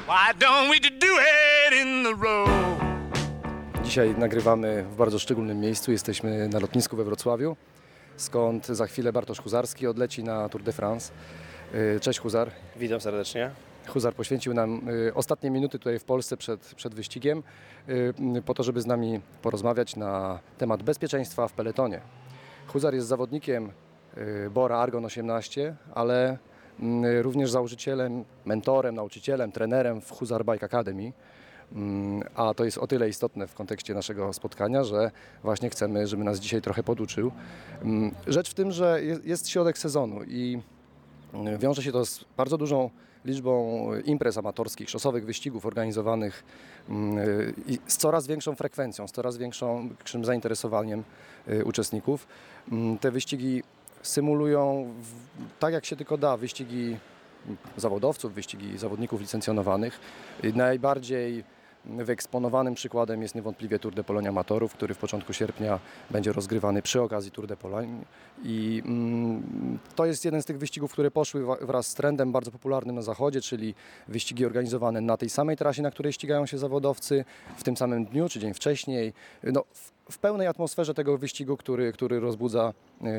Why don't we do it in the road? Dzisiaj nagrywamy w bardzo szczególnym miejscu. Jesteśmy na lotnisku we Wrocławiu, skąd za chwilę Bartosz Huzarski odleci na Tour de France. Cześć Huzar. Witam serdecznie. Huzar poświęcił nam ostatnie minuty tutaj w Polsce przed wyścigiem po to, żeby z nami porozmawiać na temat bezpieczeństwa w peletonie. Huzar jest zawodnikiem Bora Argon 18, ale również założycielem, mentorem, nauczycielem, trenerem w Huzar Bike Academy. A to jest o tyle istotne w kontekście naszego spotkania, że właśnie chcemy, żeby nas dzisiaj trochę poduczył. Rzecz w tym, że jest środek sezonu i wiąże się to z bardzo dużą liczbą imprez amatorskich, szosowych wyścigów organizowanych i z coraz większą frekwencją, z coraz większym zainteresowaniem uczestników. Te wyścigi symulują, tak jak się tylko da, wyścigi zawodowców, wyścigi zawodników licencjonowanych. Najbardziej wyeksponowanym przykładem jest niewątpliwie Tour de Pologne Amatorów, który w początku sierpnia będzie rozgrywany przy okazji Tour de Pologne. I to jest jeden z tych wyścigów, które poszły wraz z trendem bardzo popularnym na zachodzie, czyli wyścigi organizowane na tej samej trasie, na której ścigają się zawodowcy, w tym samym dniu czy dzień wcześniej. No, w pełnej atmosferze tego wyścigu, który rozbudza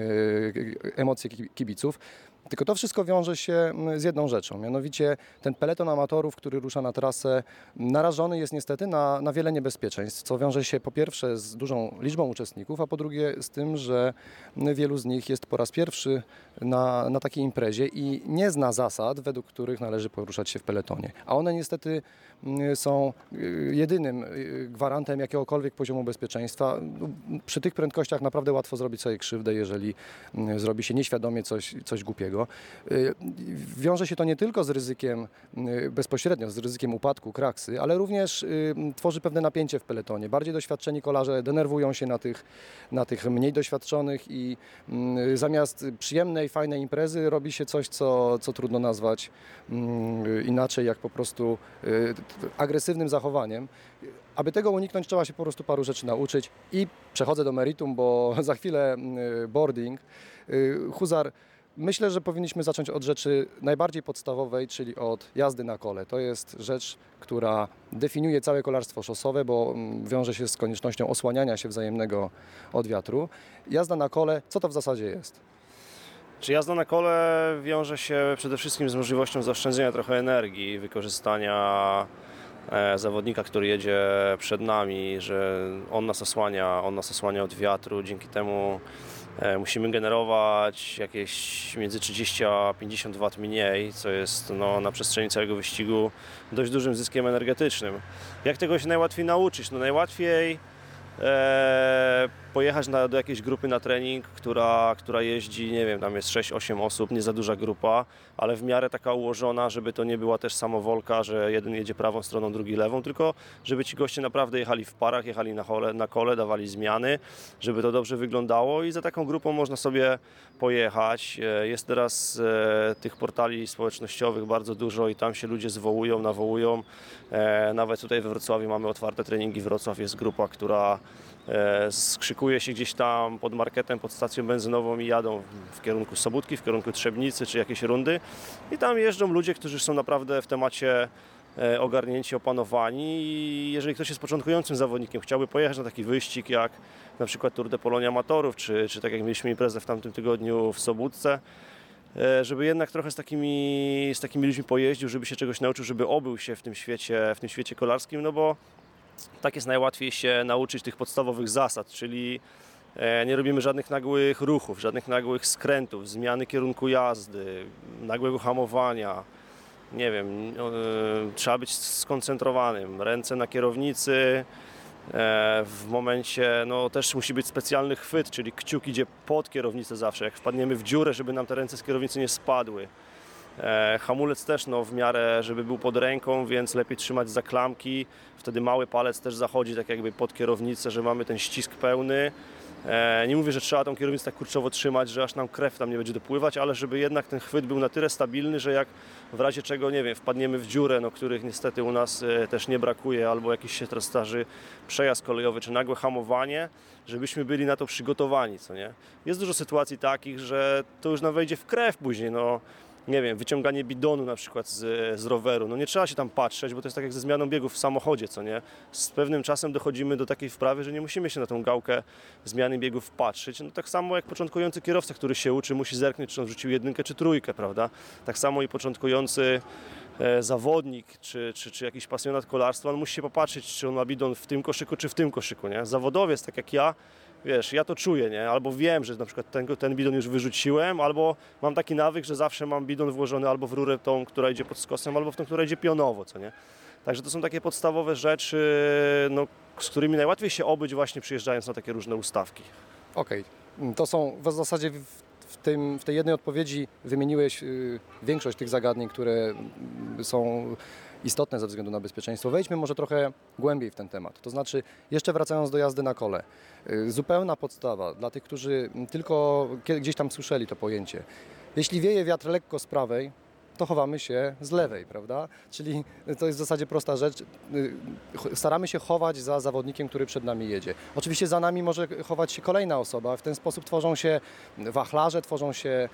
emocje kibiców. Tylko to wszystko wiąże się z jedną rzeczą, mianowicie ten peleton amatorów, który rusza na trasę, narażony jest niestety na wiele niebezpieczeństw, co wiąże się po pierwsze z dużą liczbą uczestników, a po drugie z tym, że wielu z nich jest po raz pierwszy na takiej imprezie i nie zna zasad, według których należy poruszać się w peletonie. A one niestety są jedynym gwarantem jakiegokolwiek poziomu bezpieczeństwa. Przy tych prędkościach naprawdę łatwo zrobić sobie krzywdę, jeżeli zrobi się nieświadomie coś głupiego. Wiąże się to nie tylko z ryzykiem, bezpośrednio z ryzykiem upadku, kraksy, ale również tworzy pewne napięcie w peletonie. Bardziej doświadczeni kolarze denerwują się na tych mniej doświadczonych i zamiast przyjemnej, fajnej imprezy robi się coś, co trudno nazwać inaczej, jak po prostu agresywnym zachowaniem. Aby tego uniknąć, trzeba się po prostu paru rzeczy nauczyć i przechodzę do meritum, bo za chwilę boarding. Huzar, myślę, że powinniśmy zacząć od rzeczy najbardziej podstawowej, czyli od jazdy na kole. To jest rzecz, która definiuje całe kolarstwo szosowe, bo wiąże się z koniecznością osłaniania się wzajemnego od wiatru. Jazda na kole, co to w zasadzie jest? Czy jazda na kole wiąże się przede wszystkim z możliwością zaoszczędzenia trochę energii, wykorzystania zawodnika, który jedzie przed nami, że on nas osłania od wiatru, dzięki temu musimy generować jakieś między 30 a 50 W mniej, co jest na przestrzeni całego wyścigu dość dużym zyskiem energetycznym. Jak tego się najłatwiej nauczyć? Najłatwiej pojechać do jakiejś grupy na trening, która jeździ, nie wiem, tam jest 6-8 osób, nie za duża grupa, ale w miarę taka ułożona, żeby to nie była też samowolka, że jeden jedzie prawą stroną, drugi lewą, tylko żeby ci goście naprawdę jechali w parach, jechali na kole, dawali zmiany, żeby to dobrze wyglądało i za taką grupą można sobie pojechać. Jest teraz tych portali społecznościowych bardzo dużo i tam się ludzie nawołują. Nawet tutaj we Wrocławiu mamy otwarte treningi Wrocław, jest grupa, która skrzykuje się gdzieś tam pod marketem, pod stacją benzynową i jadą w kierunku Sobótki, w kierunku Trzebnicy czy jakieś rundy i tam jeżdżą ludzie, którzy są naprawdę w temacie ogarnięci, opanowani i jeżeli ktoś jest początkującym zawodnikiem, chciałby pojechać na taki wyścig jak na przykład Tour de Pologne Amatorów czy tak jak mieliśmy imprezę w tamtym tygodniu w Sobótce, żeby jednak trochę z takimi ludźmi pojeździł, żeby się czegoś nauczył, żeby obył się w tym świecie kolarskim, no bo tak jest najłatwiej się nauczyć tych podstawowych zasad, czyli nie robimy żadnych nagłych ruchów, żadnych nagłych skrętów, zmiany kierunku jazdy, nagłego hamowania. Nie wiem, trzeba być skoncentrowanym, ręce na kierownicy. W momencie, też musi być specjalny chwyt, czyli kciuk idzie pod kierownicę zawsze, jak wpadniemy w dziurę, żeby nam te ręce z kierownicy nie spadły. Hamulec też w miarę, żeby był pod ręką, więc lepiej trzymać za klamki. Wtedy mały palec też zachodzi tak jakby pod kierownicę, że mamy ten ścisk pełny. Nie mówię, że trzeba tą kierownicę tak kurczowo trzymać, że aż nam krew tam nie będzie dopływać, ale żeby jednak ten chwyt był na tyle stabilny, że jak w razie czego, nie wiem, wpadniemy w dziurę, których niestety u nas też nie brakuje, albo jakiś się teraz zdarzy przejazd kolejowy, czy nagłe hamowanie, żebyśmy byli na to przygotowani, co nie? Jest dużo sytuacji takich, że to już nam wejdzie w krew później, nie wiem, wyciąganie bidonu na przykład z roweru, no nie trzeba się tam patrzeć, bo to jest tak jak ze zmianą biegów w samochodzie, co nie? Z pewnym czasem dochodzimy do takiej wprawy, że nie musimy się na tą gałkę zmiany biegów patrzeć. No tak samo jak początkujący kierowca, który się uczy, musi zerknąć, czy on wrzucił 1 czy 3, prawda? Tak samo i początkujący zawodnik, czy jakiś pasjonat kolarstwa, on musi się popatrzeć, czy on ma bidon w tym koszyku, czy w tym koszyku, nie? Zawodowiec, tak jak ja, wiesz, ja to czuję, nie? Albo wiem, że na przykład ten bidon już wyrzuciłem, albo mam taki nawyk, że zawsze mam bidon włożony albo w rurę tą, która idzie pod skosem, albo w tą, która idzie pionowo, co nie? Także to są takie podstawowe rzeczy, no, z którymi najłatwiej się obyć właśnie przyjeżdżając na takie różne ustawki. Okej. To są w zasadzie w tej jednej odpowiedzi wymieniłeś większość tych zagadnień, które są istotne ze względu na bezpieczeństwo. Wejdźmy może trochę głębiej w ten temat. To znaczy, jeszcze wracając do jazdy na kole, zupełna podstawa dla tych, którzy tylko gdzieś tam słyszeli to pojęcie. Jeśli wieje wiatr lekko z prawej, to chowamy się z lewej, prawda? Czyli to jest w zasadzie prosta rzecz. Staramy się chować za zawodnikiem, który przed nami jedzie. Oczywiście za nami może chować się kolejna osoba. W ten sposób tworzą się wachlarze, tworzą się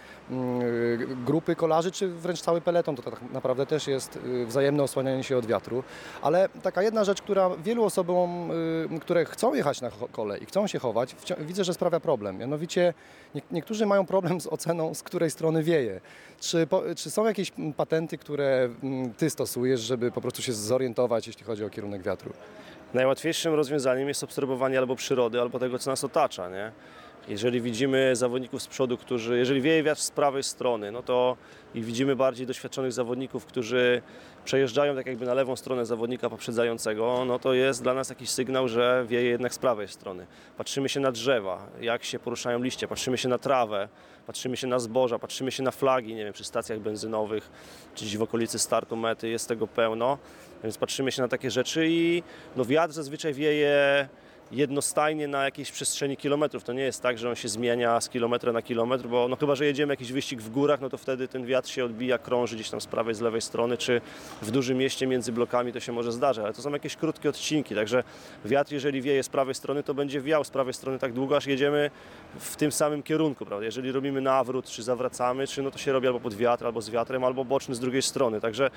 grupy kolarzy, czy wręcz cały peleton. To tak naprawdę też jest wzajemne osłanianie się od wiatru. Ale taka jedna rzecz, która wielu osobom, które chcą jechać na kole i chcą się chować, widzę, że sprawia problem. Mianowicie niektórzy mają problem z oceną, z której strony wieje. Czy są jakieś patenty, które Ty stosujesz, żeby po prostu się zorientować, jeśli chodzi o kierunek wiatru? Najłatwiejszym rozwiązaniem jest obserwowanie albo przyrody, albo tego, co nas otacza, nie? Jeżeli widzimy zawodników z przodu, jeżeli wieje wiatr z prawej strony, no to i widzimy bardziej doświadczonych zawodników, którzy przejeżdżają tak jakby na lewą stronę zawodnika poprzedzającego, no to jest dla nas jakiś sygnał, że wieje jednak z prawej strony. Patrzymy się na drzewa, jak się poruszają liście, patrzymy się na trawę, patrzymy się na zboża, patrzymy się na flagi, nie wiem, przy stacjach benzynowych, czy gdzieś w okolicy startu mety jest tego pełno, więc patrzymy się na takie rzeczy i no wiatr zazwyczaj wieje jednostajnie na jakiejś przestrzeni kilometrów. To nie jest tak, że on się zmienia z kilometra na kilometr, bo no chyba, że jedziemy jakiś wyścig w górach, no to wtedy ten wiatr się odbija, krąży gdzieś tam z prawej, z lewej strony, czy w dużym mieście między blokami to się może zdarza, ale to są jakieś krótkie odcinki, także wiatr, jeżeli wieje z prawej strony, to będzie wiał z prawej strony tak długo, aż jedziemy w tym samym kierunku, prawda? Jeżeli robimy nawrót, czy zawracamy, czy no to się robi albo pod wiatr, albo z wiatrem, albo boczny z drugiej strony, także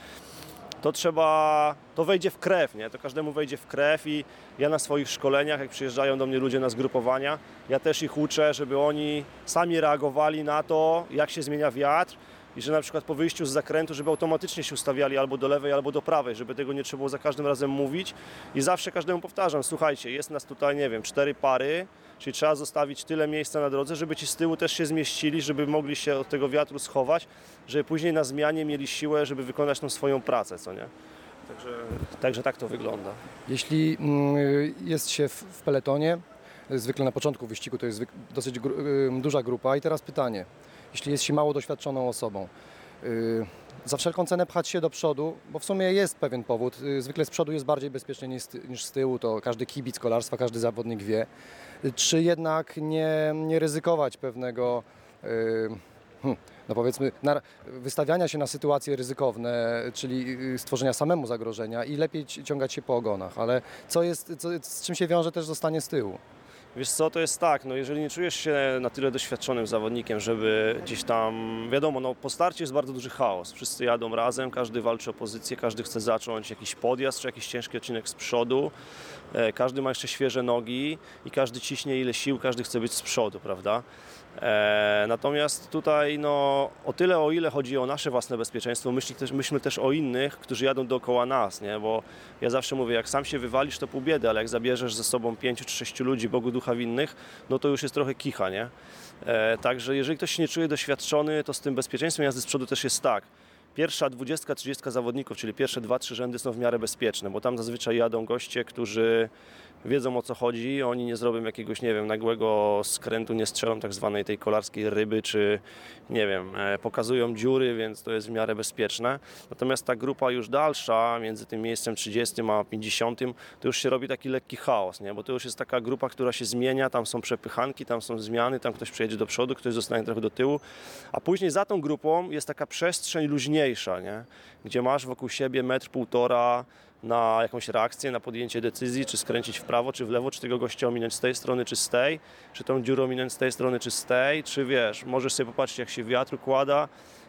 to wejdzie w krew, nie? To każdemu wejdzie w krew i ja na swoich szkoleniach, jak przyjeżdżają do mnie ludzie na zgrupowania, ja też ich uczę, żeby oni sami reagowali na to, jak się zmienia wiatr i że na przykład po wyjściu z zakrętu, żeby automatycznie się ustawiali albo do lewej, albo do prawej, żeby tego nie trzeba było za każdym razem mówić i zawsze każdemu powtarzam, słuchajcie, jest nas tutaj, nie wiem, 4 pary, czyli trzeba zostawić tyle miejsca na drodze, żeby ci z tyłu też się zmieścili, żeby mogli się od tego wiatru schować, żeby później na zmianie mieli siłę, żeby wykonać tą swoją pracę, co nie? Także tak to wygląda. Jeśli jest się w peletonie, zwykle na początku wyścigu to jest dosyć duża grupa i teraz pytanie, jeśli jest się mało doświadczoną osobą, za wszelką cenę pchać się do przodu, bo w sumie jest pewien powód, zwykle z przodu jest bardziej bezpiecznie niż z tyłu, to każdy kibic kolarstwa, każdy zawodnik wie, czy jednak nie ryzykować pewnego, no powiedzmy, wystawiania się na sytuacje ryzykowne, czyli stworzenia samemu zagrożenia i lepiej ciągać się po ogonach, ale z czym się wiąże też zostanie z tyłu? Wiesz co, to jest tak, no jeżeli nie czujesz się na tyle doświadczonym zawodnikiem, żeby gdzieś tam, wiadomo, no po starcie jest bardzo duży chaos, wszyscy jadą razem, każdy walczy o pozycję, każdy chce zacząć jakiś podjazd czy jakiś ciężki odcinek z przodu, każdy ma jeszcze świeże nogi i każdy ciśnie ile sił, każdy chce być z przodu, prawda? Natomiast tutaj no, o tyle, o ile chodzi o nasze własne bezpieczeństwo, myślmy też o innych, którzy jadą dookoła nas, nie? Bo ja zawsze mówię, jak sam się wywalisz, to pół biedy, ale jak zabierzesz ze sobą 5 czy 6 ludzi, Bogu ducha winnych, no to już jest trochę kicha, nie? Także jeżeli ktoś się nie czuje doświadczony, to z tym bezpieczeństwem jazdy z przodu też jest tak. Pierwsza 20-30 zawodników, czyli pierwsze 2-3 rzędy są w miarę bezpieczne, bo tam zazwyczaj jadą goście, którzy wiedzą o co chodzi, oni nie zrobią jakiegoś, nie wiem, nagłego skrętu, nie strzelą tak zwanej tej kolarskiej ryby, czy nie wiem, pokazują dziury, więc to jest w miarę bezpieczne. Natomiast ta grupa już dalsza, między tym miejscem 30 a 50, to już się robi taki lekki chaos, nie? Bo to już jest taka grupa, która się zmienia, tam są przepychanki, tam są zmiany, tam ktoś przejedzie do przodu, ktoś zostanie trochę do tyłu, a później za tą grupą jest taka przestrzeń luźniejsza, nie? Gdzie masz wokół siebie 1,5 m na jakąś reakcję, na podjęcie decyzji, czy skręcić w prawo, czy w lewo, czy tego gościa ominąć z tej strony, czy z tej, czy tą dziurę ominąć z tej strony, czy z tej, czy wiesz, możesz sobie popatrzeć, jak się wiatr układa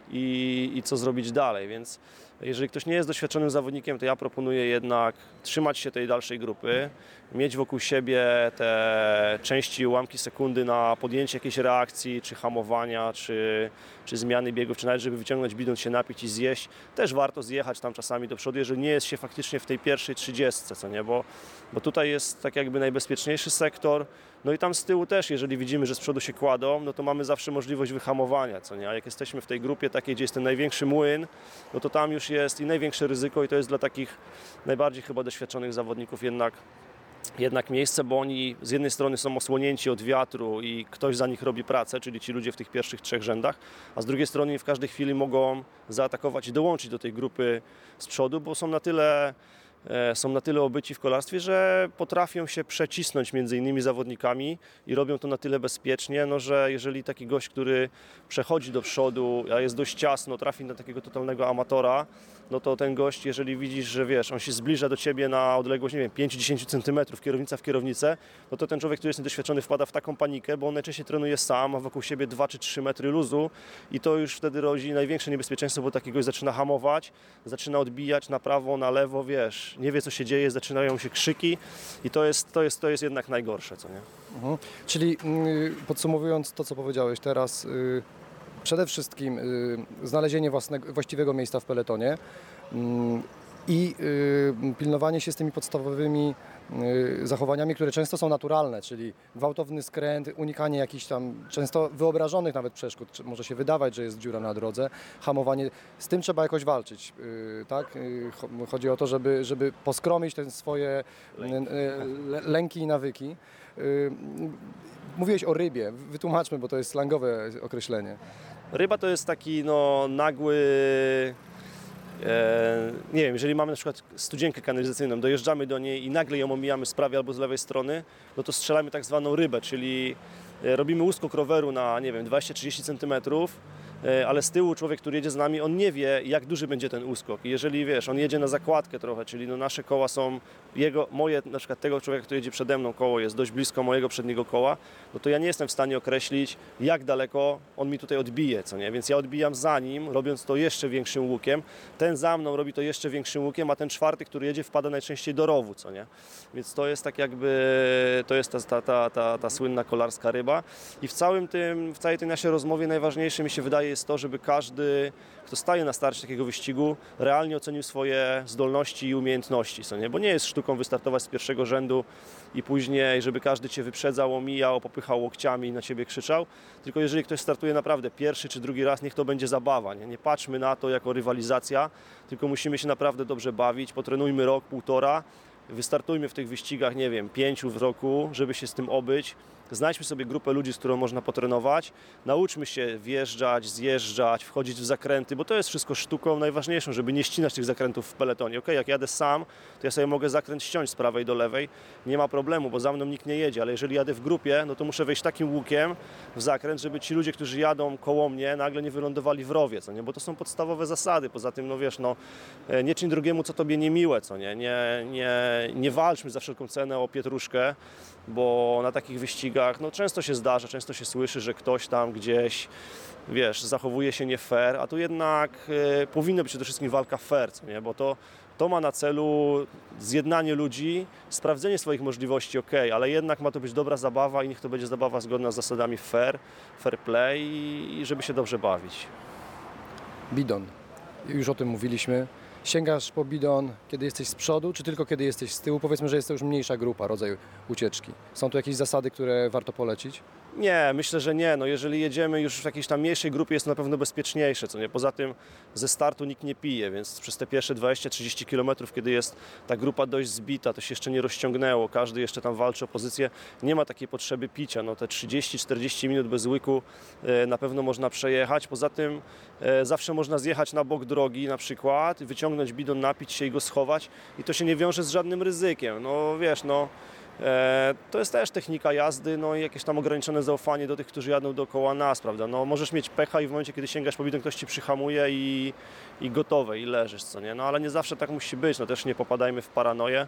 i co zrobić dalej, więc jeżeli ktoś nie jest doświadczonym zawodnikiem, to ja proponuję jednak trzymać się tej dalszej grupy, mieć wokół siebie te części, ułamki sekundy na podjęcie jakiejś reakcji, czy hamowania, czy zmiany biegów, czy nawet żeby wyciągnąć bidon, się napić i zjeść. Też warto zjechać tam czasami do przodu, jeżeli nie jest się faktycznie w tej pierwszej 30, co nie, bo tutaj jest tak jakby najbezpieczniejszy sektor. No i tam z tyłu też, jeżeli widzimy, że z przodu się kładą, no to mamy zawsze możliwość wyhamowania, co nie? A jak jesteśmy w tej grupie takiej, gdzie jest ten największy młyn, no to tam już jest i największe ryzyko i to jest dla takich najbardziej chyba doświadczonych zawodników jednak miejsce, bo oni z jednej strony są osłonięci od wiatru i ktoś za nich robi pracę, czyli ci ludzie w tych pierwszych 3 rzędach, a z drugiej strony w każdej chwili mogą zaatakować i dołączyć do tej grupy z przodu, bo są na tyle obyci w kolarstwie, że potrafią się przecisnąć między innymi zawodnikami i robią to na tyle bezpiecznie, no, że jeżeli taki gość, który przechodzi do przodu, a jest dość ciasno, trafi na takiego totalnego amatora, no to ten gość, jeżeli widzisz, że wiesz, on się zbliża do ciebie na odległość, nie wiem, 5-10 cm, kierownica w kierownicę, no to ten człowiek, który jest niedoświadczony, wpada w taką panikę, bo on najczęściej trenuje sam, ma wokół siebie 2 czy 3 metry luzu i to już wtedy rodzi największe niebezpieczeństwo, bo taki gość zaczyna hamować, zaczyna odbijać na prawo, na lewo, wiesz, nie wie co się dzieje, zaczynają się krzyki i to jest jednak najgorsze, co nie? Mhm. Czyli podsumowując to, co powiedziałeś teraz, przede wszystkim znalezienie właściwego miejsca w peletonie i pilnowanie się z tymi podstawowymi zachowaniami, które często są naturalne, czyli gwałtowny skręt, unikanie jakichś tam często wyobrażonych nawet przeszkód, może się wydawać, że jest dziura na drodze, hamowanie, z tym trzeba jakoś walczyć, tak? Chodzi o to, żeby poskromić te swoje lęki i nawyki. Mówiłeś o rybie, wytłumaczmy, bo to jest slangowe określenie. Ryba to jest taki nagły, nie wiem, jeżeli mamy na przykład studzienkę kanalizacyjną, dojeżdżamy do niej i nagle ją omijamy z prawej albo z lewej strony, no to strzelamy tak zwaną rybę, czyli robimy uskok roweru na, nie wiem, 20-30 cm, ale z tyłu człowiek, który jedzie z nami, on nie wie, jak duży będzie ten uskok. I jeżeli wiesz, on jedzie na zakładkę trochę, czyli no nasze koła są, moje, na przykład tego człowieka, który jedzie przede mną, koło jest dość blisko mojego przedniego koła, no to ja nie jestem w stanie określić, jak daleko on mi tutaj odbije, co nie? Więc ja odbijam za nim, robiąc to jeszcze większym łukiem. Ten za mną robi to jeszcze większym łukiem, a ten czwarty, który jedzie, wpada najczęściej do rowu, co nie? Więc to jest tak jakby, to jest ta słynna kolarska ryba. I w całej tej naszej rozmowie najważniejsze mi się wydaje jest to, żeby każdy, kto staje na starcie takiego wyścigu, realnie ocenił swoje zdolności i umiejętności, co nie? Bo nie jest sztuką wystartować z pierwszego rzędu i później, żeby każdy cię wyprzedzał, omijał, popychał łokciami i na ciebie krzyczał, tylko jeżeli ktoś startuje naprawdę pierwszy czy drugi raz, niech to będzie zabawa, nie patrzmy na to jako rywalizacja, tylko musimy się naprawdę dobrze bawić, potrenujmy rok, 1,5, wystartujmy w tych wyścigach, nie wiem, 5 w roku, żeby się z tym obyć. Znajdźmy sobie grupę ludzi, z którą można potrenować, nauczmy się wjeżdżać, zjeżdżać, wchodzić w zakręty, bo to jest wszystko sztuką najważniejszą, żeby nie ścinać tych zakrętów w peletonie. Jak jadę sam, to ja sobie mogę zakręt ściąć z prawej do lewej, nie ma problemu, bo za mną nikt nie jedzie, ale jeżeli jadę w grupie, no to muszę wejść takim łukiem w zakręt, żeby ci ludzie, którzy jadą koło mnie, nagle nie wylądowali w rowie, co nie? Bo to są podstawowe zasady. Poza tym, no wiesz, nie czyń drugiemu, co tobie niemiłe, co nie? Nie walczmy za wszelką cenę o pietruszkę, bo na takich wyścigach często się zdarza, często się słyszy, że ktoś tam gdzieś, wiesz, zachowuje się nie fair, a tu jednak powinna być przede wszystkim walka fair, co nie? Bo to ma na celu zjednanie ludzi, sprawdzenie swoich możliwości, ale jednak ma to być dobra zabawa i niech to będzie zabawa zgodna z zasadami fair play i żeby się dobrze bawić. Bidon. Już o tym mówiliśmy. Sięgasz po bidon, kiedy jesteś z przodu, czy tylko kiedy jesteś z tyłu? Powiedzmy, że jest to już mniejsza grupa, rodzaj ucieczki. Są tu jakieś zasady, które warto polecić? Nie, myślę, że nie. Jeżeli jedziemy już w jakiejś tam mniejszej grupie, jest to na pewno bezpieczniejsze, co nie? Poza tym ze startu nikt nie pije, więc przez te pierwsze 20-30 km, kiedy jest ta grupa dość zbita, to się jeszcze nie rozciągnęło, każdy jeszcze tam walczy o pozycję, nie ma takiej potrzeby picia. Te 30-40 minut bez łyku na pewno można przejechać. Poza tym zawsze można zjechać na bok drogi na przykład, wyciągnąć bidon, napić się i go schować i to się nie wiąże z żadnym ryzykiem. To jest też technika jazdy, i jakieś tam ograniczone zaufanie do tych, którzy jadą dookoła nas, prawda? Możesz mieć pecha i w momencie, kiedy sięgasz po bidon, ktoś ci przyhamuje i gotowe, i leżysz, co nie? Ale nie zawsze tak musi być, też nie popadajmy w paranoję.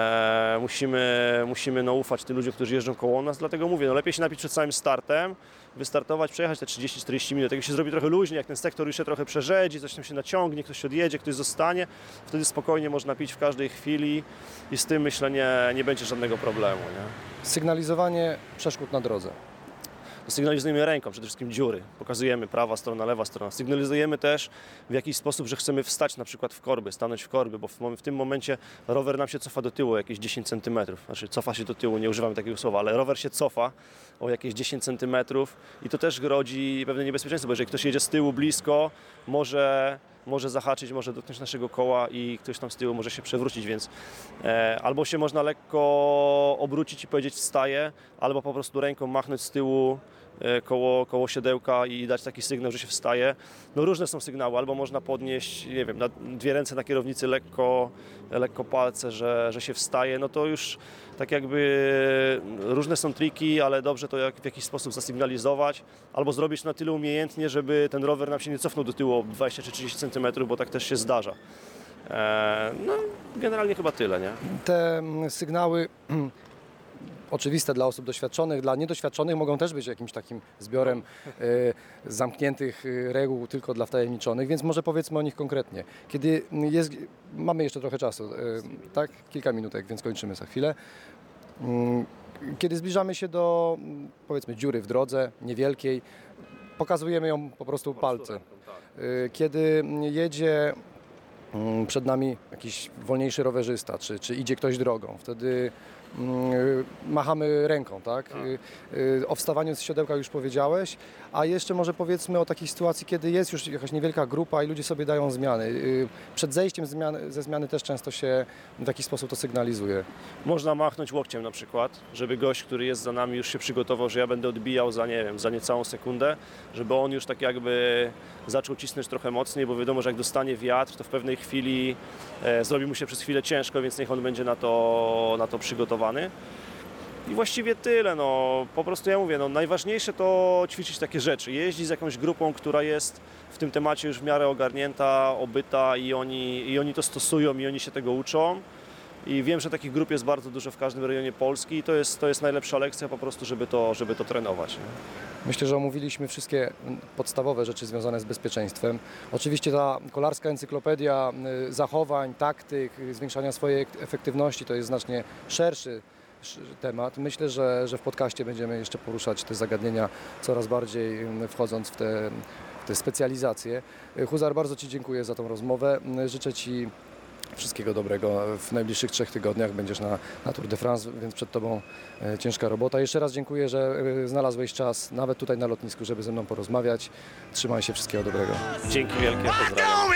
Musimy ufać tym ludziom, którzy jeżdżą koło nas, dlatego mówię, lepiej się napić przed samym startem, wystartować, przejechać te 30-40 minut. Jak się zrobi trochę luźniej, jak ten sektor już się trochę przerzedzi, coś tam się naciągnie, ktoś odjedzie, ktoś zostanie, wtedy spokojnie można pić w każdej chwili i z tym, myślę, nie będzie żadnego problemu. Nie? Sygnalizowanie przeszkód na drodze. Sygnalizujemy ręką, przede wszystkim dziury. Pokazujemy prawa strona, lewa strona. Sygnalizujemy też w jakiś sposób, że chcemy wstać na przykład w korby, stanąć w korby, bo w tym momencie rower nam się cofa do tyłu o jakieś 10 cm. Znaczy cofa się do tyłu, nie używamy takiego słowa, ale rower się cofa o jakieś 10 cm i to też rodzi pewne niebezpieczeństwo, bo jeżeli ktoś jedzie z tyłu blisko, może zahaczyć, może dotknąć naszego koła i ktoś tam z tyłu może się przewrócić, więc albo się można lekko obrócić i powiedzieć wstaję, albo po prostu ręką machnąć z tyłu koło siodełka i dać taki sygnał, że się wstaje. No różne są sygnały, albo można podnieść, nie wiem, na dwie ręce na kierownicy lekko palce, że się wstaje, no to już tak jakby różne są triki, ale dobrze to w jakiś sposób zasygnalizować, albo zrobić na tyle umiejętnie, żeby ten rower nam się nie cofnął do tyłu o 20 czy 30 cm, bo tak też się zdarza. No generalnie chyba tyle, nie? Te sygnały oczywiste dla osób doświadczonych, dla niedoświadczonych mogą też być jakimś takim zbiorem zamkniętych reguł tylko dla wtajemniczonych, więc może powiedzmy o nich konkretnie. Kiedy mamy jeszcze trochę czasu, tak? Kilka minutek, więc kończymy za chwilę. Kiedy zbliżamy się do, powiedzmy, dziury w drodze, niewielkiej, pokazujemy ją po prostu palce. Kiedy jedzie przed nami jakiś wolniejszy rowerzysta, czy idzie ktoś drogą, wtedy machamy ręką, tak? O wstawaniu z siodełka już powiedziałeś, a jeszcze może powiedzmy o takiej sytuacji, kiedy jest już jakaś niewielka grupa i ludzie sobie dają zmiany. Przed zejściem ze zmiany też często się w jakiś sposób to sygnalizuje. Można machnąć łokciem na przykład, żeby gość, który jest za nami, już się przygotował, że ja będę odbijał za, nie wiem, za niecałą sekundę, żeby on już tak jakby zaczął cisnąć trochę mocniej, bo wiadomo, że jak dostanie wiatr, to w pewnej chwili zrobi mu się przez chwilę ciężko, więc niech on będzie na to przygotowany. I właściwie tyle, no po prostu ja mówię, no najważniejsze to ćwiczyć takie rzeczy, jeździć z jakąś grupą, która jest w tym temacie już w miarę ogarnięta, obyta i oni to stosują i oni się tego uczą. I wiem, że takich grup jest bardzo dużo w każdym rejonie Polski i to jest najlepsza lekcja po prostu, żeby to trenować. Nie? Myślę, że omówiliśmy wszystkie podstawowe rzeczy związane z bezpieczeństwem. Oczywiście ta kolarska encyklopedia zachowań, taktyk, zwiększania swojej efektywności to jest znacznie szerszy temat. Myślę, że w podcaście będziemy jeszcze poruszać te zagadnienia coraz bardziej wchodząc w te specjalizacje. Huzar, bardzo Ci dziękuję za tą rozmowę. Życzę Ci wszystkiego dobrego w najbliższych 3 tygodniach. Będziesz na Tour de France, więc przed Tobą ciężka robota. Jeszcze raz dziękuję, że znalazłeś czas nawet tutaj na lotnisku, żeby ze mną porozmawiać. Trzymaj się, wszystkiego dobrego. Dzięki wielkie, pozdrawiam.